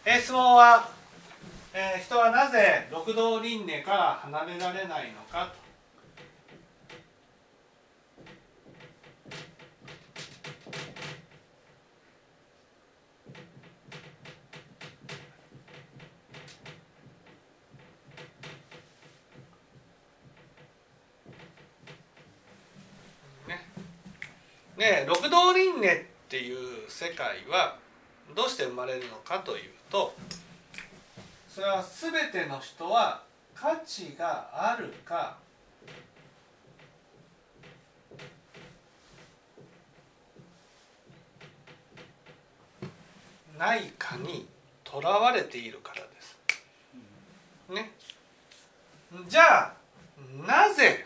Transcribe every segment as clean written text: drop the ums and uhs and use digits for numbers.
質問は、人はなぜ六道輪廻から離れられないのかと。ね、六道輪廻っていう世界はどうして生まれるのかというと、それは全ての人は価値があるかないかにとらわれているからです。ね。じゃあなぜ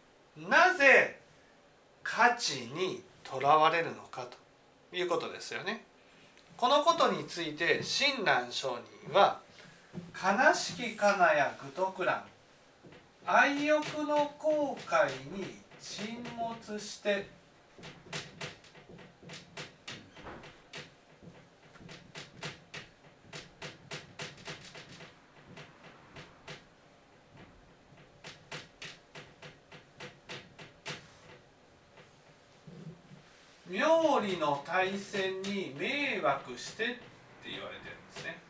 価値にとらわれるのかということですよね。このことについて親鸞上人は「悲しきかなや愚徳乱愛欲の後悔に沈没して」妙理の大戦に迷惑してって言われてるんですね。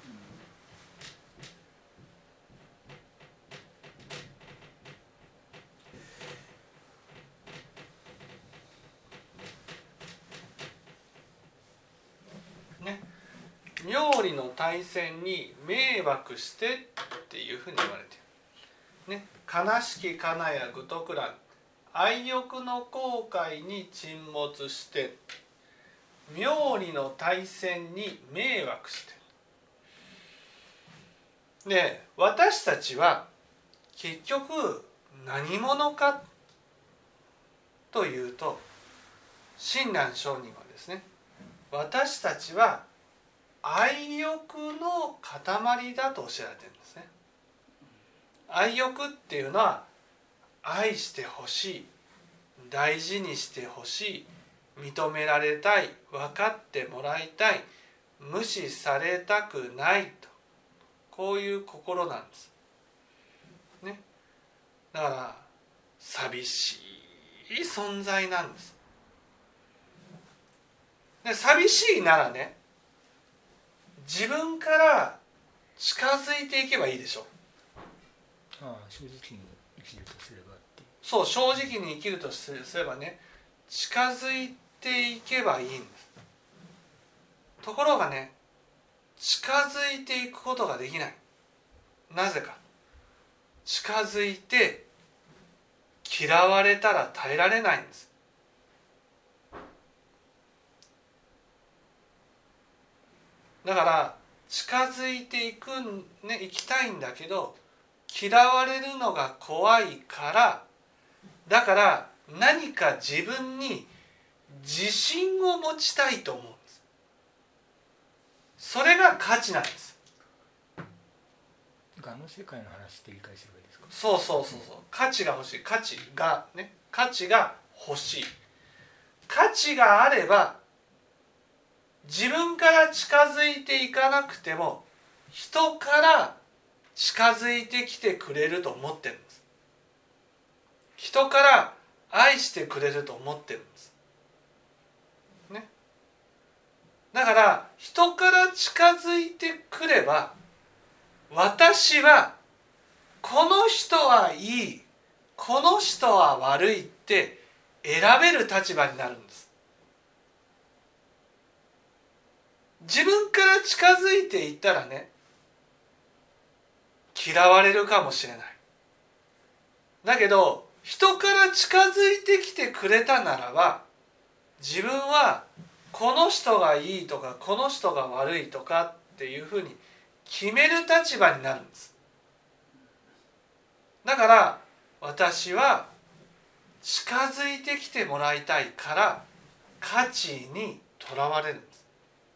妙理の大戦に迷惑してっていうふうに言われてる。ね、悲しきかなや愚徳乱愛欲の後悔に沈没して妙理の大戦に迷惑して。で、私たちは結局何者かというと、親鸞上人はですね、私たちは愛欲の塊だとおっしゃられてるんですね。愛欲っていうのは愛してほしい、大事にしてほしい、認められたい、分かってもらいたい、無視されたくないと、こういう心なんです、ね、だから寂しい存在なんです。で、寂しいならね、自分から近づいていけばいいでしょ。 正直に生きるとすればっていう。 そう、正直に生きるとすればね、近づいていけばいいんです。ところがね、近づいていくことができない。なぜか。近づいて嫌われたら耐えられないんです。だから近づいていくね、行きたいんだけど嫌われるのが怖いから、だから何か自分に自信を持ちたいと思うんです。それが価値なんです。 あの世界の話って理解すればいいですか。 そう価値が欲しい、価値が欲しい。価値があれば自分から近づいていかなくても人から近づいてきてくれると思ってるんです。人から愛してくれると思ってるんです、ね、だから人から近づいてくれば私はこの人はいい、この人は悪いって選べる立場になるんです。自分から近づいていったらね、嫌われるかもしれない。だけど人から近づいてきてくれたならば、自分はこの人がいいとかこの人が悪いとかっていうふうに決める立場になるんです。だから私は近づいてきてもらいたいから価値にとらわれるんです、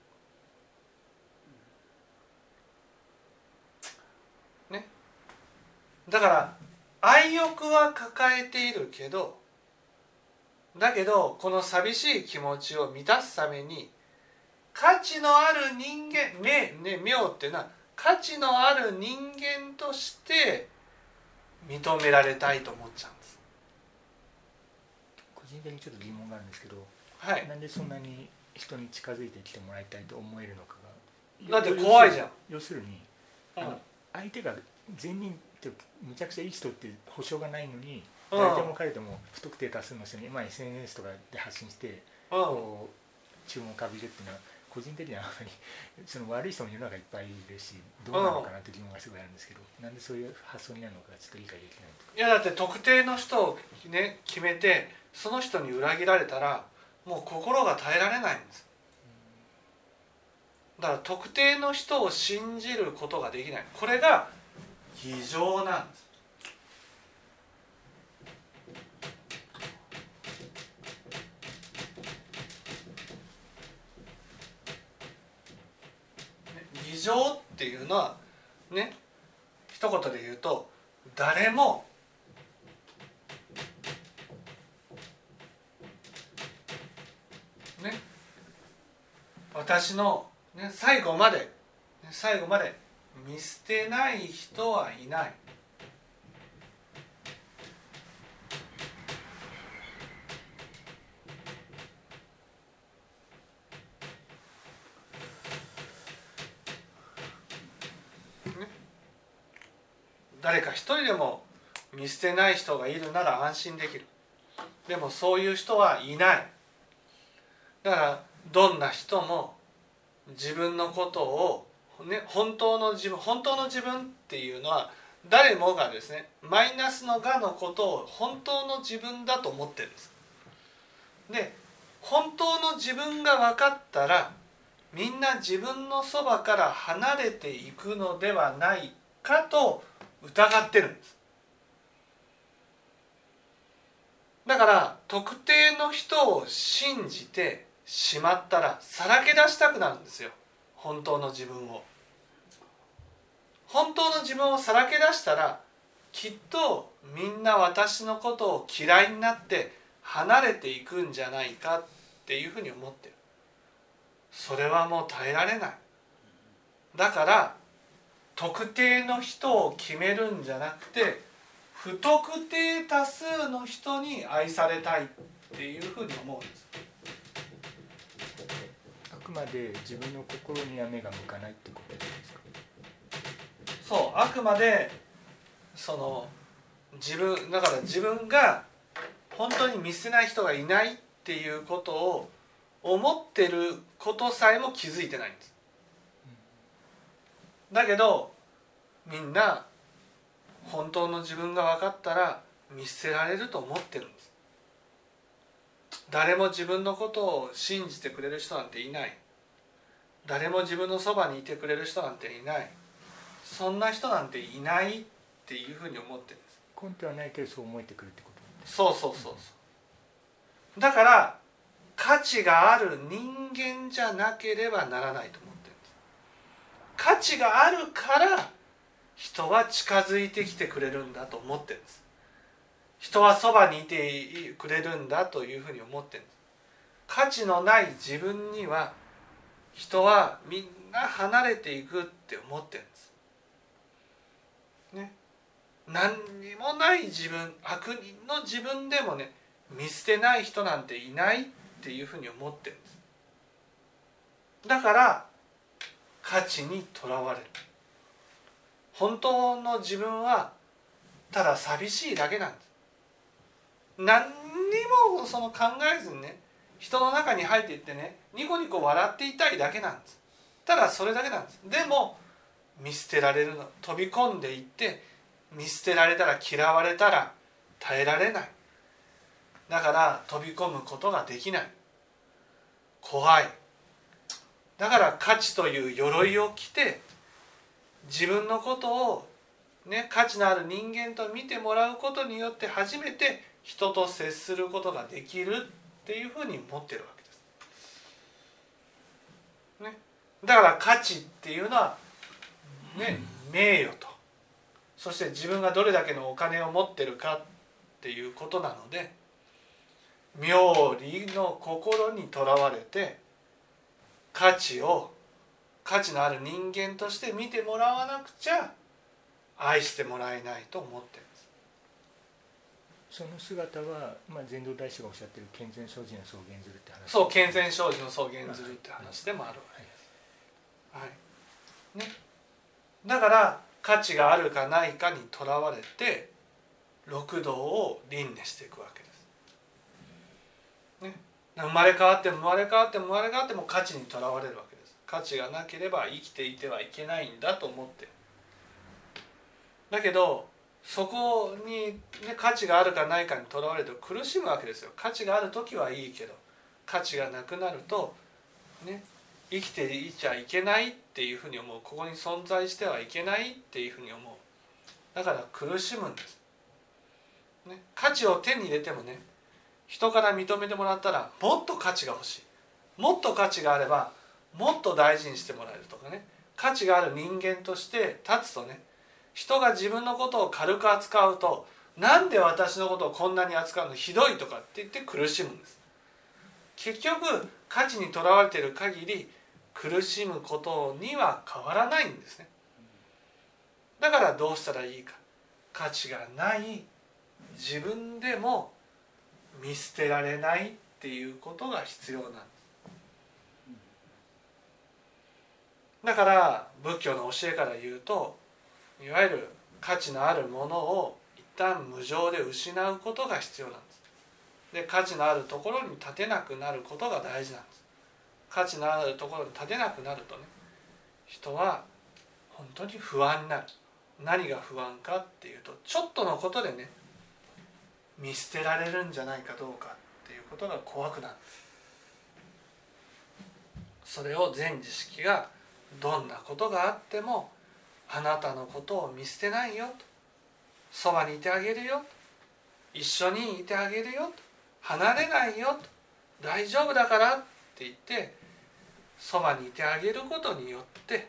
ね、だから愛欲は抱えているけど、だけどこの寂しい気持ちを満たすために価値のある人間、名っていうのは価値のある人間として認められたいと思っちゃうんです。 個人的にちょっと疑問があるんですけど、 はい、 なんでそんなに人に近づいてきてもらいたいと思えるのかが。 だって怖いじゃん。 要するに、 うん、 相手が善人ってむちゃくちゃいい人っていう保証がないのに、 うん、 誰でも彼でも不特定多数の人に、SNS とかで発信して、こう注目を浴びるっていうのは個人的にはあまりその悪い人も世の中いっぱいいるし、どうなのかなって疑問がすごいあるんですけど、なんでそういう発想になるのかちょっと理解できないとか。 いやだって特定の人を、ね、決めてその人に裏切られたらもう心が耐えられないんです。だから特定の人を信じることができない。これが偽情なんです。偽情っていうのはね、一言で言うと誰もね、私の、ね、最後まで見捨てない人はいない。誰か一人でも見捨てない人がいるなら安心できる。でもそういう人はいない。だからどんな人も自分のことを、ね、本当の自分っていうのは誰もがですね、マイナスの我のことを本当の自分だと思ってるんです。で、本当の自分が分かったらみんな自分のそばから離れていくのではないかと疑ってるんです。だから特定の人を信じてしまったらさらけ出したくなるんですよ。本当の自分をさらけ出したらきっとみんな私のことを嫌いになって離れていくんじゃないかっていうふうに思ってる。それはもう耐えられない。だから特定の人を決めるんじゃなくて不特定多数の人に愛されたいっていうふうに思うんです。 あくまで自分の心には目が向かないってことですか。 そう、あくまでその自分が本当に見捨てない人がいないっていうことを思ってることさえも気づいてないんです。だけどみんな本当の自分が分かったら見捨てられると思ってるんです。誰も自分のことを信じてくれる人なんていない。誰も自分のそばにいてくれる人なんていない。そんな人なんていないっていうふうに思ってるんです。 根拠はないけどそう思えてくるってことなんです。 そうだから価値がある人間じゃなければならないと思ってるんです。価値があるから人は近づいてきてくれるんだと思ってるんです。人はそばにいてくれるんだというふうに思ってるんです。価値のない自分には人はみんな離れていくって思ってるんですね。何にもない自分、悪人の自分でもね、見捨てない人なんていないっていうふうに思ってるんです。だから価値にとらわれる。本当の自分はただ寂しいだけなんです。何にもその考えずにね、人の中に入っていってね、ニコニコ笑っていたいだけなんです。ただそれだけなんです。でも見捨てられるの、飛び込んでいって見捨てられたら、嫌われたら耐えられない。だから飛び込むことができない。怖い。だから価値という鎧を着て自分のことをね、価値のある人間と見てもらうことによって初めて人と接することができるっていうふうに思ってるわけです、ね、だから価値っていうのは、ね、名誉と、そして自分がどれだけのお金を持ってるかっていうことなので、妙理の心にとらわれて価値のある人間として見てもらわなくちゃ愛してもらえないと思っています。 その姿は、禅道大師がおっしゃってる健全精進の草原ずるって話。 そう、健全精進の草原ずるって話でもあるわけです、はいね、だから価値があるかないかにとらわれて六道を輪廻していくわけです、ね、生まれ変わっても価値にとらわれるわけです。価値がなければ生きていてはいけないんだと思ってる。だけどそこに、ね、価値があるかないかにとらわれると苦しむわけですよ。価値がある時はいいけど価値がなくなると、ね、生きていちゃいけないっていうふうに思う。ここに存在してはいけないっていうふうに思う。だから苦しむんです、ね、価値を手に入れてもね、人から認めてもらったらもっと価値が欲しい、もっと価値があればもっと大事にしてもらえるとかね、価値がある人間として立つとね、人が自分のことを軽く扱うと、なんで私のことをこんなに扱うのひどいとかって言って苦しむんです。結局価値にとらわれている限り苦しむことには変わらないんですね。だからどうしたらいいか、価値がない自分でも見捨てられないっていうことが必要なんです。だから仏教の教えから言うと、いわゆる価値のあるものを一旦無常で失うことが必要なんです。で、価値のあるところに立てなくなることが大事なんです。価値のあるところに立てなくなるとね、人は本当に不安になる。何が不安かっていうと、ちょっとのことでね、見捨てられるんじゃないかどうかっていうことが怖くなる。それを全知識がどんなことがあってもあなたのことを見捨てないよと、そばにいてあげるよと、一緒にいてあげるよと、離れないよと、大丈夫だからって言ってそばにいてあげることによって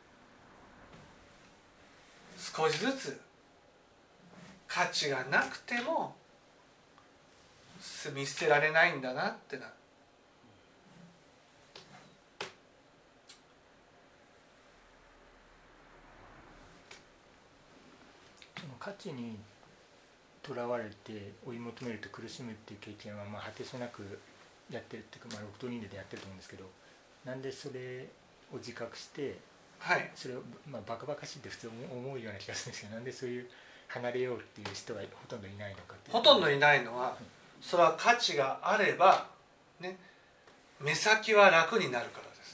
少しずつ価値がなくても見捨てられないんだなってなる。 その価値にとらわれて追い求めると苦しむっていう経験は果てしなくやってるっていうか、六道輪廻でやってると思うんですけど、なんでそれを自覚して、 はい、 それをバカバカしいって普通思うような気がするんですけど、なんでそういう離れようっていう人がほとんどいないのかっていう。 ほとんどいないのは、それは価値があればね、目先は楽になるからです。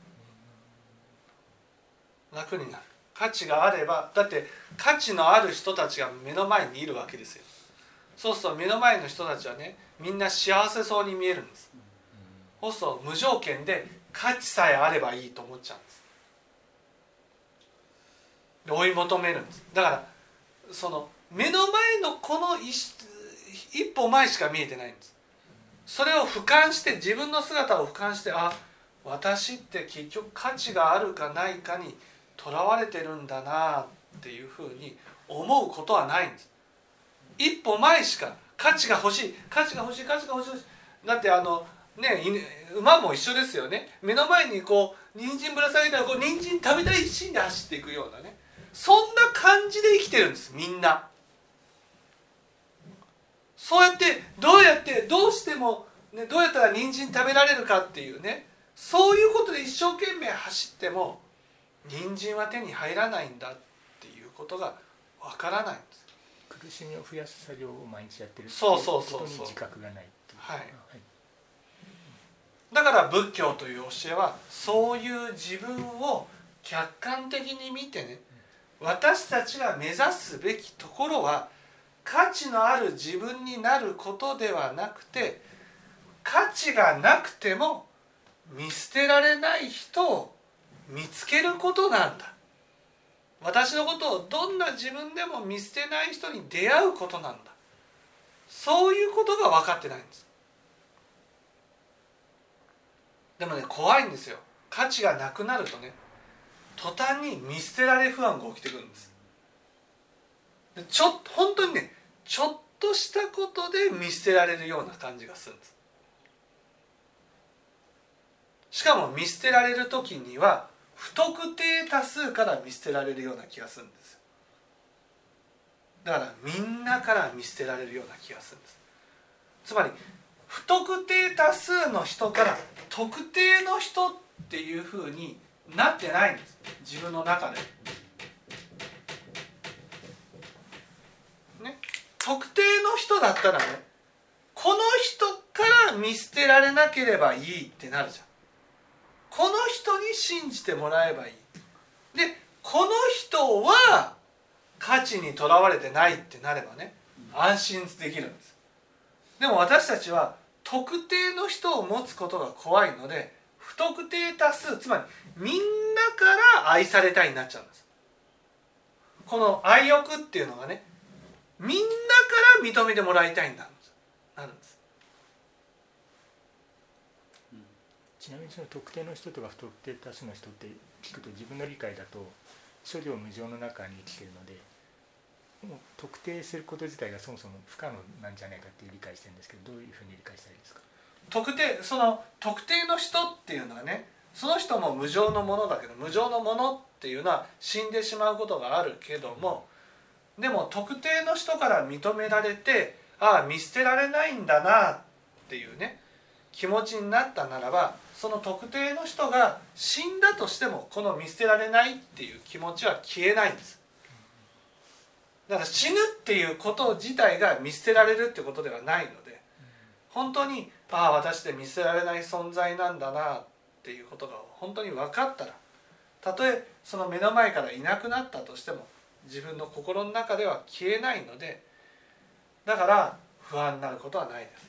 楽になる。価値があれば、だって価値のある人たちが目の前にいるわけですよ。そうすると目の前の人たちはね、みんな幸せそうに見えるんです。そうすると無条件で価値さえあればいいと思っちゃうんです。で追い求めるんです。だからその目の前のこの一歩前しか見えてないんです。それを俯瞰して、自分の姿を俯瞰して、あ、私って結局価値があるかないかにとらわれてるんだなっていうふうに思うことはないんです。一歩前しか、価値が欲しい、価値が欲しい、価値が欲しい。だって馬も一緒ですよね。目の前にこう人参ぶら下げたらこう人参食べたい一心で走っていくようなね、そんな感じで生きてるんです、みんな。そうやってどうしても、ね、どうやったら人参食べられるかっていうね、そういうことで一生懸命走っても人参は手に入らないんだっていうことがわからないんです。 苦しみを増やす作業を毎日やってるっていうことに自覚がないっていう。 はい、だから仏教という教えはそういう自分を客観的に見てね、私たちが目指すべきところは価値のある自分になることではなくて、価値がなくても見捨てられない人を見つけることなんだ。私のことをどんな自分でも見捨てない人に出会うことなんだ。そういうことが分かってないんです。でもね、怖いんですよ。価値がなくなるとね、途端に見捨てられ不安が起きてくるんです。で本当にね、ちょっとしたことで見捨てられるような感じがするんです。 しかも見捨てられる時には不特定多数から見捨てられるような気がするんですよ。だからみんなから見捨てられるような気がするんです。つまり不特定多数の人から特定の人っていうふうになってないんです、自分の中で。ね、特定の人だったらね、この人から見捨てられなければいいってなるじゃん。この人に信じてもらえばいい。で、この人は価値にとらわれてないってなればね、安心できるんです。でも私たちは特定の人を持つことが怖いので、不特定多数、つまりみんなから愛されたいになっちゃうんです。この愛欲っていうのがね、みんなから認めてもらいたいんだなるんです。 ちなみにその特定の人とか不特定多数の人って聞くと、自分の理解だと諸行無常の中に生きているので、もう特定すること自体がそもそも不可能なんじゃないかっていう理解してるんですけど、どういうふうに理解したらいいですか？ その特定の人っていうのはね、その人も無常のものだけど、無常のものっていうのは死んでしまうことがあるけども、でも特定の人から認められて、ああ見捨てられないんだなっていうね気持ちになったならば、その特定の人が死んだとしてもこの見捨てられないっていう気持ちは消えないんです。だから死ぬっていうこと自体が見捨てられるってことではないので、本当に私で見捨てられない存在なんだなっていうことが本当に分かったら、たとえその目の前からいなくなったとしても自分の心の中では消えないので、だから不安になることはないです。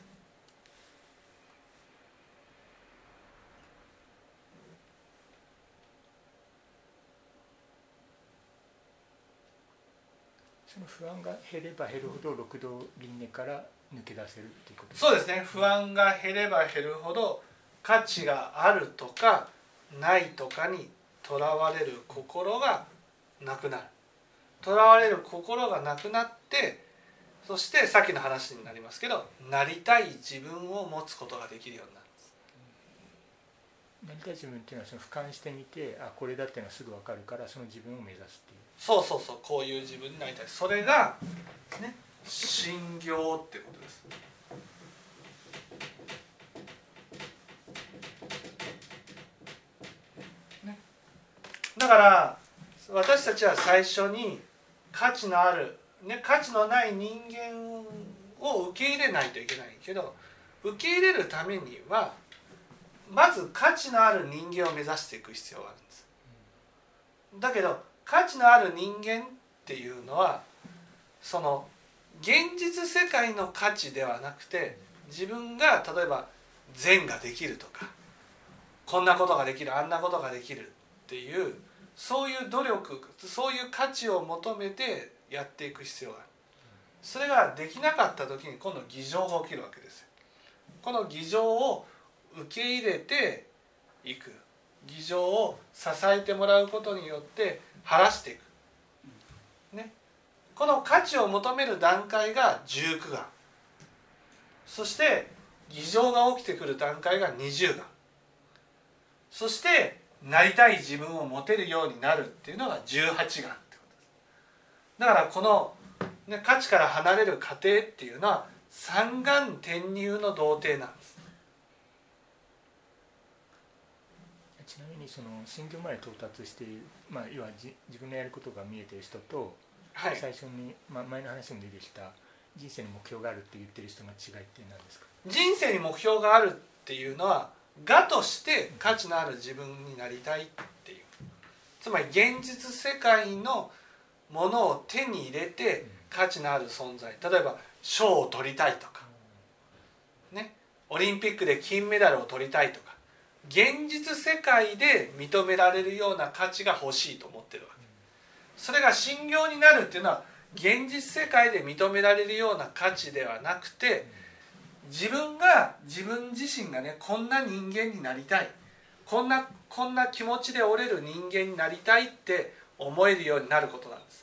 その不安が減れば減るほど六道輪廻から抜け出せるっていうことですか？そうですね。不安が減れば減るほど価値があるとかないとかにとらわれる心がなくなる。とらわれる心がなくなって、そしてさっきの話になりますけど、なりたい自分を持つことができるようになるんです。 なりたい自分っていうのはその俯瞰してみて、これだっていうのはすぐ分かるから、その自分を目指すっていう。 そう、こういう自分になりたい。それがね、信行ってことです。ね、だから私たちは最初に価値のある、価値のない人間を受け入れないといけないけど、受け入れるためにはまず価値のある人間を目指していく必要があるんです。だけど価値のある人間っていうのは、その現実世界の価値ではなくて、自分が例えば善ができるとか、こんなことができる、あんなことができるっていう、そういう努力、そういう価値を求めてやっていく必要がある。それができなかった時に今度偽情が起きるわけですよ。この偽情を受け入れていく、偽情を支えてもらうことによって晴らしていく、この価値を求める段階が19眼、そして偽情が起きてくる段階が20眼、そしてなりたい自分を持てるようになるっていうのが18眼ってことです。だからこの、価値から離れる過程っていうのは三眼転入の童貞なんです。 ちなみにその信行まで到達している、要は自分のやることが見えている人と、 はい、 最初に、前の話に出てきた人生に目標があるって言ってる人の違いって何ですか？ 人生に目標があるっていうのは我として価値のある自分になりたいっていう、つまり現実世界のものを手に入れて価値のある存在、例えば賞を取りたいとか、オリンピックで金メダルを取りたいとか、現実世界で認められるような価値が欲しいと思ってるわけ。それが信行になるっていうのは現実世界で認められるような価値ではなくて、自分自身がね、こんな人間になりたい、こんな気持ちで折れる人間になりたいって思えるようになることなんです。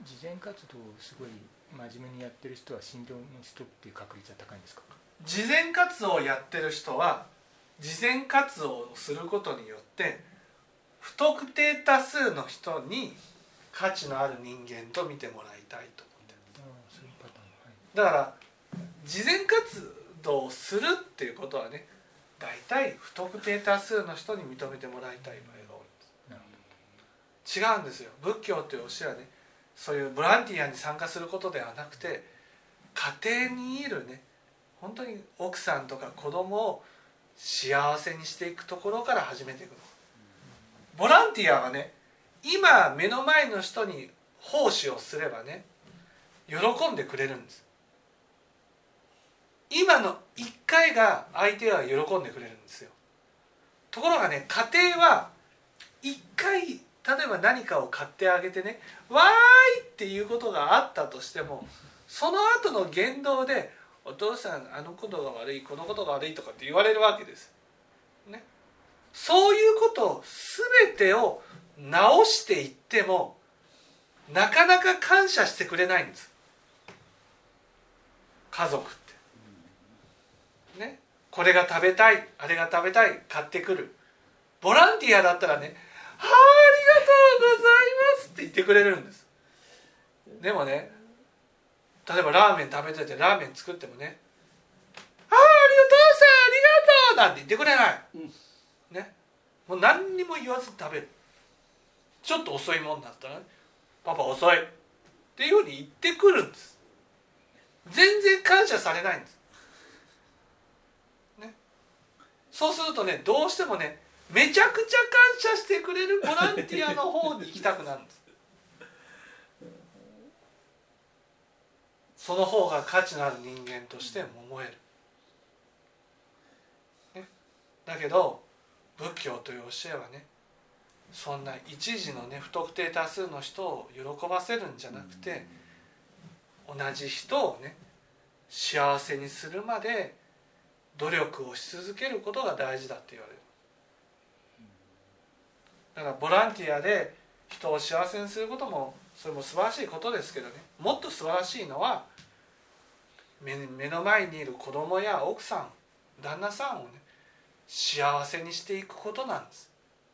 慈善活動をすごい真面目にやってる人は信条の人っていう確率は高いんですか？ 慈善活動をやってる人は慈善活動をすることによって不特定多数の人に価値のある人間と見てもらいたいと思ってる。 そういうパターン、はい、 だから慈善活動をするっていうことはね、大体不特定多数の人に認めてもらいたい場合が多いです。 なる違うんですよ。仏教という教えはね、そういうボランティアに参加することではなくて、家庭にいるね、本当に奥さんとか子供を幸せにしていくところから始めていくの。ボランティアはね、今目の前の人に奉仕をすればね、喜んでくれるんです。今の1回が相手は喜んでくれるんですよ。ところがね、家庭は1回例えば何かを買ってあげてね、わーいっていうことがあったとしても、その後の言動でお父さんあのことが悪いこのことが悪いとかって言われるわけです、ね、そういうことを全てを直していってもなかなか感謝してくれないんです、家族ってね。これが食べたいあれが食べたい買ってくる。ボランティアだったらね、ありがとうございますって言ってくれるんです。でもね、例えばラーメン食べててラーメン作ってもね、ありがとうさんありがとうなんて言ってくれない、ね、もう何にも言わずに食べる。ちょっと遅いもんだったら、ね、パパ遅いっていうように言ってくるんです。全然感謝されないんです、ね、そうするとね、どうしてもね、めちゃくちゃ感謝してくれるボランティアの方に行きたくなるんです。その方が価値のある人間として思える、ね、だけど仏教という教えはね、そんな一時のね不特定多数の人を喜ばせるんじゃなくて、同じ人をね幸せにするまで努力をし続けることが大事だって言われる。だからボランティアで人を幸せにすることもそれも素晴らしいことですけどね、もっと素晴らしいのは目の前にいる子供や奥さん旦那さんをね幸せにしていくことなんです。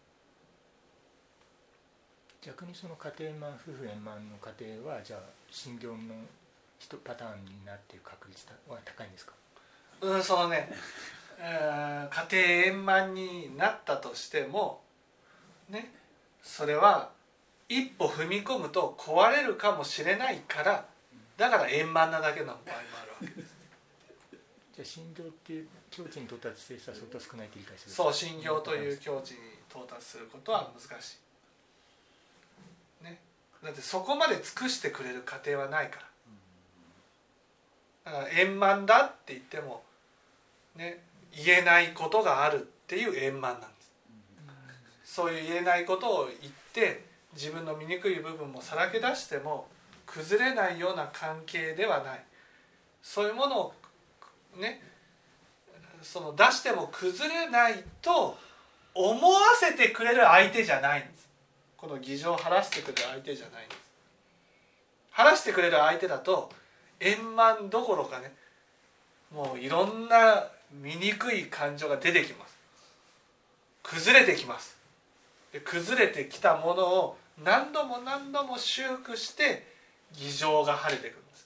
逆にその家庭円満夫婦円満の家庭はじゃあ信条の一パターンになっている確率は高いんですか？ そのね、家庭円満になったとしてもね、それは一歩踏み込むと壊れるかもしれないから、だから円満なだけの場合もあるわけです。 じゃあ信条っていう境地に到達している人は相当少ないと理解する。 そう、信条という境地に到達することは難しい、ね、だってそこまで尽くしてくれる家庭はないから。だから円満だって言っても、ね、言えないことがあるっていう円満なんです。そういう言えないことを言って自分の醜い部分もさらけ出しても崩れないような関係ではない。そういうものをね、その出しても崩れないと思わせてくれる相手じゃないんです。この偽情を晴らしてくれる相手じゃないんです。晴らしてくれる相手だと円満どころかね、もういろんな醜い感情が出てきます。崩れてきます。で崩れてきたものを何度も何度も修復して偽情が晴れてくるんです。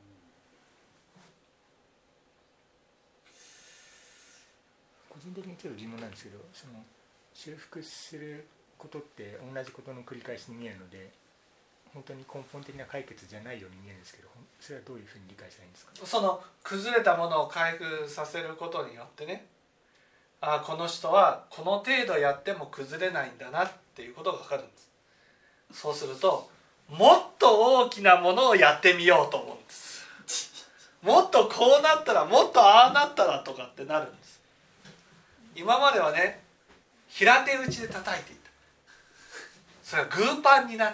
個人的にちょっと疑問なんですけど、その修復することって同じことの繰り返しに見えるので、本当に根本的な解決じゃないように見えるんですけど、それはどういうふうに理解したらいいんですか？ その崩れたものを回復させることによってね、あ、この人はこの程度やっても崩れないんだなっていうことが分かるんです。そうするともっと大きなものをやってみようと思うんです。もっとこうなったら、もっとああなったらとかってなるんです。今まではね、平手打ちで叩いていた。それがグーパンになった。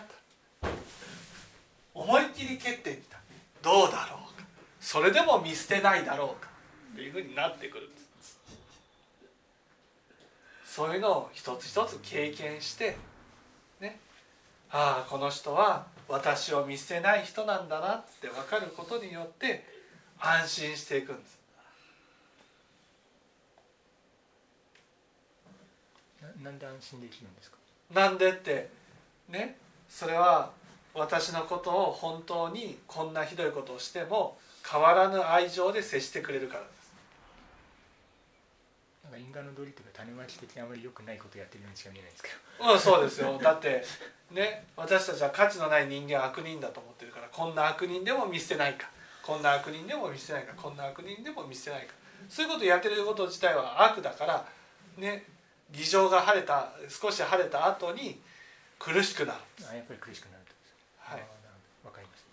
思いっきり蹴ってみた。どうだろうか、それでも見捨てないだろうかっていうふうになってくるんです。そういうのを一つ一つ経験してね、ああこの人は私を見捨てない人なんだなって分かることによって安心していくんです。 なんで安心できるんですか。 なんでってね、それは私のことを本当にこんなひどいことをしても変わらぬ愛情で接してくれるからです。 なんか因果の道理というか種まき的にあまり良くないことをやってるようにしか見えないんですけど。そうですよ。だってね、私たちは価値のない人間は悪人だと思ってるから、こんな悪人でも見捨てないか、こんな悪人でも見捨てないか、こんな悪人でも見捨てないか、そういうことをやってること自体は悪だからね、議場が晴れた、少し晴れた後に苦しくなる。 やっぱり苦しくなると。 はい。 わかりました。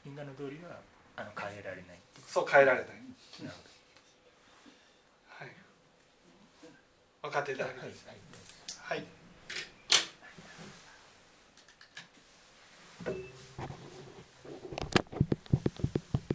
因果の道理は変えられない。 そう、変えられない。 なるほど。 はい。分かっていただけます。 はい。 はい。